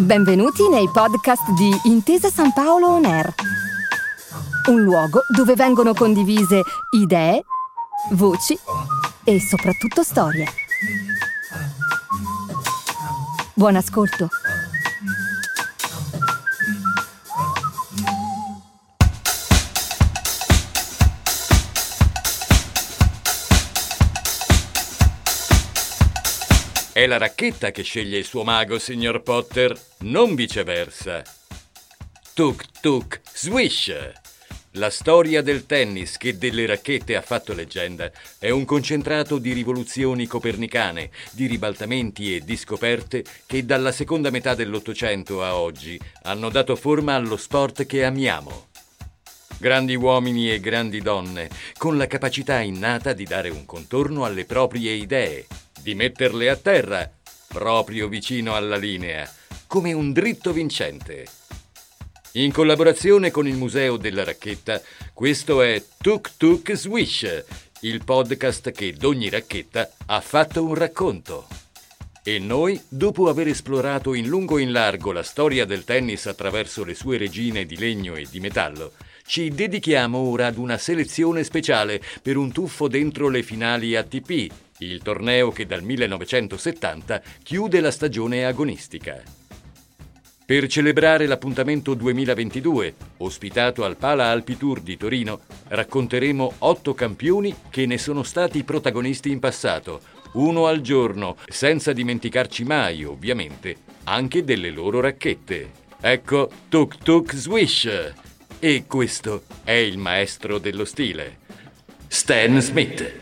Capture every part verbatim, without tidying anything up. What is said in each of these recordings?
Benvenuti nei podcast di Intesa San Paolo On Air, un luogo dove vengono condivise idee, voci e soprattutto storie. Buon ascolto. È la racchetta che sceglie il suo mago, signor Potter, non viceversa. Tuk tuk swish! La storia del tennis che delle racchette ha fatto leggenda è un concentrato di rivoluzioni copernicane, di ribaltamenti e di scoperte che dalla seconda metà dell'Ottocento a oggi hanno dato forma allo sport che amiamo. Grandi uomini e grandi donne, con la capacità innata di dare un contorno alle proprie idee, di metterle a terra, proprio vicino alla linea, come un dritto vincente. In collaborazione con il Museo della Racchetta, questo è Tuk Tuk Swish, il podcast che d'ogni racchetta ha fatto un racconto. E noi, dopo aver esplorato in lungo e in largo la storia del tennis attraverso le sue regine di legno e di metallo, ci dedichiamo ora ad una selezione speciale per un tuffo dentro le finali A T P, il torneo che dal millenovecentosettanta chiude la stagione agonistica. Per celebrare l'appuntamento duemilaventidue, ospitato al Pala Alpi Tour di Torino, racconteremo otto campioni che ne sono stati protagonisti in passato, uno al giorno, senza dimenticarci mai, ovviamente, anche delle loro racchette. Ecco Tuk Tuk Swish! E questo è il maestro dello stile, Stan Smith.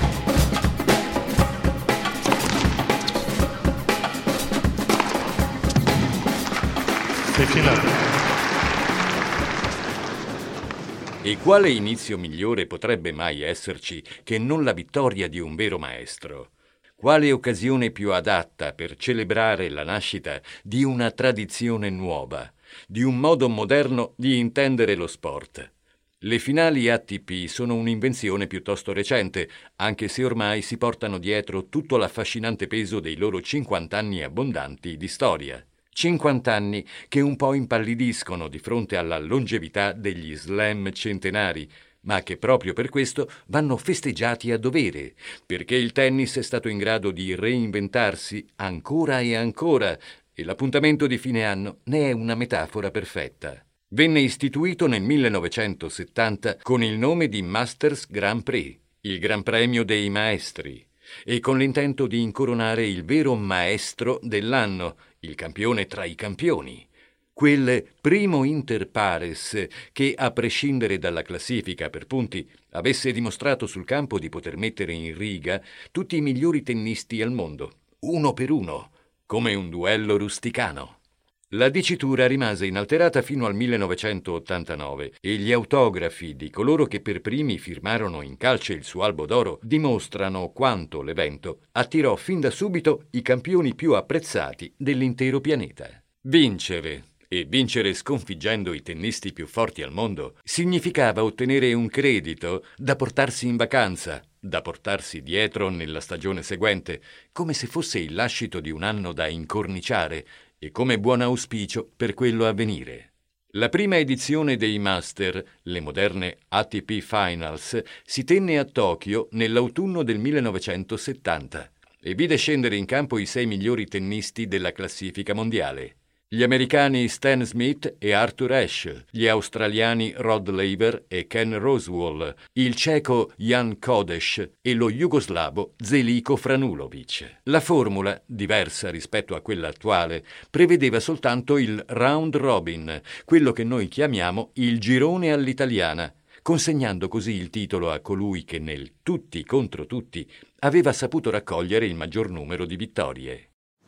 E quale inizio migliore potrebbe mai esserci che non la vittoria di un vero maestro? Quale occasione più adatta per celebrare la nascita di una tradizione nuova, di un modo moderno di intendere lo sport? Le finali A T P sono un'invenzione piuttosto recente, anche se ormai si portano dietro tutto l'affascinante peso dei loro cinquanta anni abbondanti di storia. cinquanta anni che un po' impallidiscono di fronte alla longevità degli slam centenari, ma che proprio per questo vanno festeggiati a dovere, perché il tennis è stato in grado di reinventarsi ancora e ancora, e l'appuntamento di fine anno ne è una metafora perfetta. Venne istituito nel millenovecentosettanta con il nome di Masters Grand Prix, il Gran Premio dei Maestri, e con l'intento di incoronare il vero maestro dell'anno, il campione tra i campioni. Quel primo inter pares che, a prescindere dalla classifica per punti, avesse dimostrato sul campo di poter mettere in riga tutti i migliori tennisti al mondo, uno per uno, come un duello rusticano. La dicitura rimase inalterata fino al millenovecentottantanove e gli autografi di coloro che per primi firmarono in calce il suo albo d'oro dimostrano quanto l'evento attirò fin da subito i campioni più apprezzati dell'intero pianeta. Vincere, e vincere sconfiggendo i tennisti più forti al mondo, significava ottenere un credito da portarsi in vacanza, da portarsi dietro nella stagione seguente, come se fosse il lascito di un anno da incorniciare e come buon auspicio per quello a venire. La prima edizione dei Master, le moderne A T P Finals, si tenne a Tokyo nell'autunno del millenovecentosettanta e vide scendere in campo i sei migliori tennisti della classifica mondiale. Gli americani Stan Smith e Arthur Ashe, gli australiani Rod Laver e Ken Rosewall, il ceco Jan Kodeš e lo jugoslavo Zeljko Franulovic. La formula, diversa rispetto a quella attuale, prevedeva soltanto il round robin, quello che noi chiamiamo il girone all'italiana, consegnando così il titolo a colui che nel tutti contro tutti aveva saputo raccogliere il maggior numero di vittorie.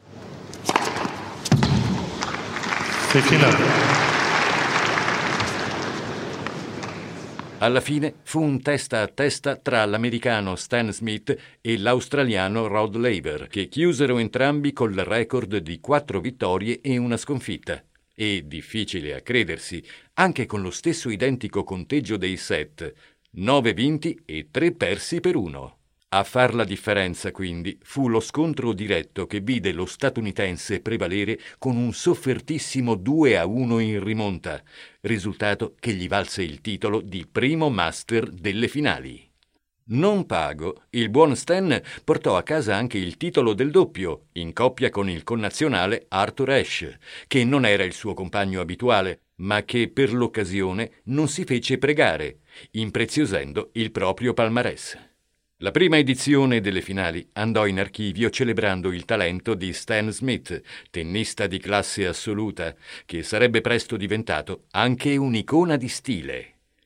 Alla fine fu un testa a testa tra l'americano Stan Smith e l'australiano Rod Laver, che chiusero entrambi col record di quattro vittorie e una sconfitta. E, difficile a credersi, anche con lo stesso identico conteggio dei set, nove vinti e tre persi per uno. A far la differenza, quindi, fu lo scontro diretto che vide lo statunitense prevalere con un soffertissimo due a uno in rimonta, risultato che gli valse il titolo di primo master delle finali. Non pago, il buon Stan portò a casa anche il titolo del doppio, in coppia con il connazionale Arthur Ashe, che non era il suo compagno abituale, ma che per l'occasione non si fece pregare, impreziosendo il proprio palmarès. La prima edizione delle finali andò in archivio celebrando il talento di Stan Smith, tennista di classe assoluta, che sarebbe presto diventato anche un'icona di stile.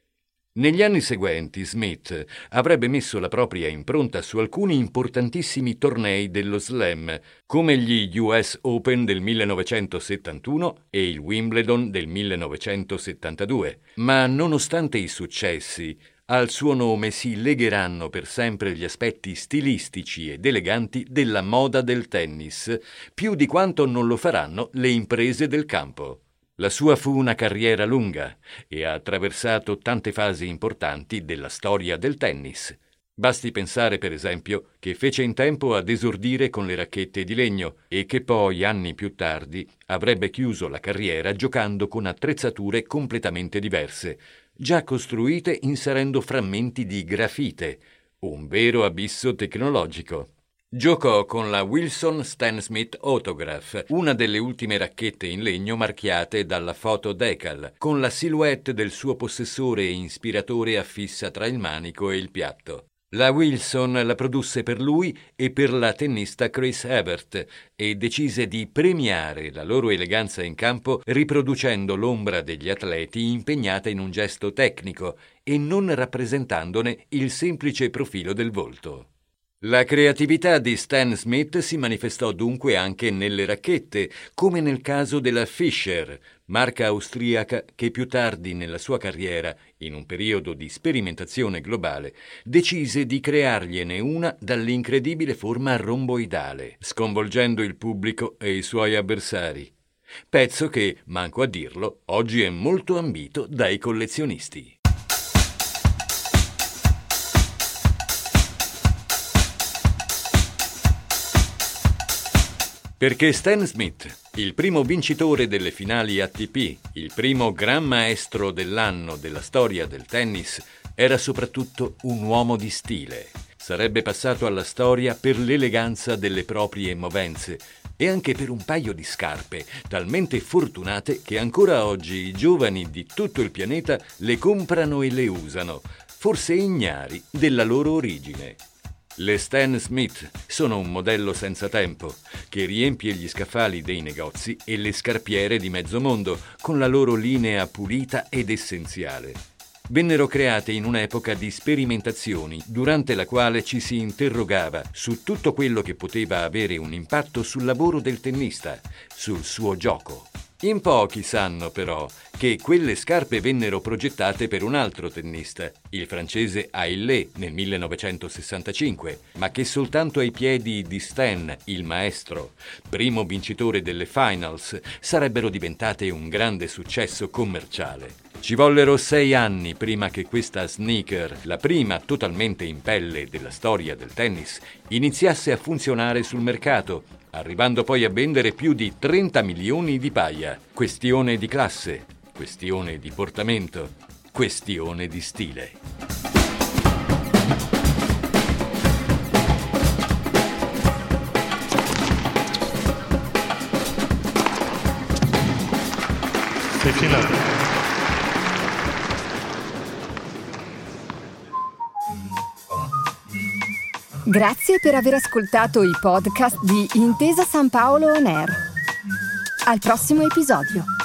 Negli anni seguenti Smith avrebbe messo la propria impronta su alcuni importantissimi tornei dello slam, come gli U S Open del millenovecentosettantuno e il Wimbledon del millenovecentosettantadue, ma nonostante i successi, al suo nome si legheranno per sempre gli aspetti stilistici ed eleganti della moda del tennis, più di quanto non lo faranno le imprese del campo. La sua fu una carriera lunga e ha attraversato tante fasi importanti della storia del tennis. Basti pensare, per esempio, che fece in tempo ad esordire con le racchette di legno e che poi, anni più tardi, avrebbe chiuso la carriera giocando con attrezzature completamente diverse, già costruite inserendo frammenti di grafite, un vero abisso tecnologico. Giocò con la Wilson Stan Smith Autograph, una delle ultime racchette in legno marchiate dalla foto decal, con la silhouette del suo possessore e ispiratore affissa tra il manico e il piatto. La Wilson la produsse per lui e per la tennista Chris Evert e decise di premiare la loro eleganza in campo riproducendo l'ombra degli atleti impegnata in un gesto tecnico e non rappresentandone il semplice profilo del volto. La creatività di Stan Smith si manifestò dunque anche nelle racchette, come nel caso della Fischer, marca austriaca che più tardi nella sua carriera, in un periodo di sperimentazione globale, decise di creargliene una dall'incredibile forma romboidale, sconvolgendo il pubblico e i suoi avversari. Pezzo che, manco a dirlo, oggi è molto ambito dai collezionisti. Perché Stan Smith, il primo vincitore delle finali A T P, il primo gran maestro dell'anno della storia del tennis, era soprattutto un uomo di stile. Sarebbe passato alla storia per l'eleganza delle proprie movenze e anche per un paio di scarpe talmente fortunate che ancora oggi i giovani di tutto il pianeta le comprano e le usano, forse ignari della loro origine. Le Stan Smith sono un modello senza tempo, che riempie gli scaffali dei negozi e le scarpiere di mezzo mondo, con la loro linea pulita ed essenziale. Vennero create in un'epoca di sperimentazioni, durante la quale ci si interrogava su tutto quello che poteva avere un impatto sul lavoro del tennista, sul suo gioco. In pochi sanno però che quelle scarpe vennero progettate per un altro tennista, il francese Haillet nel millenovecentosessantacinque, ma che soltanto ai piedi di Stan, il maestro, primo vincitore delle finals, sarebbero diventate un grande successo commerciale. Ci vollero sei anni prima che questa sneaker, la prima totalmente in pelle della storia del tennis, iniziasse a funzionare sul mercato, arrivando poi a vendere più di trenta milioni di paia. Questione di classe, questione di portamento, questione di stile. Grazie per aver ascoltato i podcast di Intesa San Paolo On Air. Al prossimo episodio.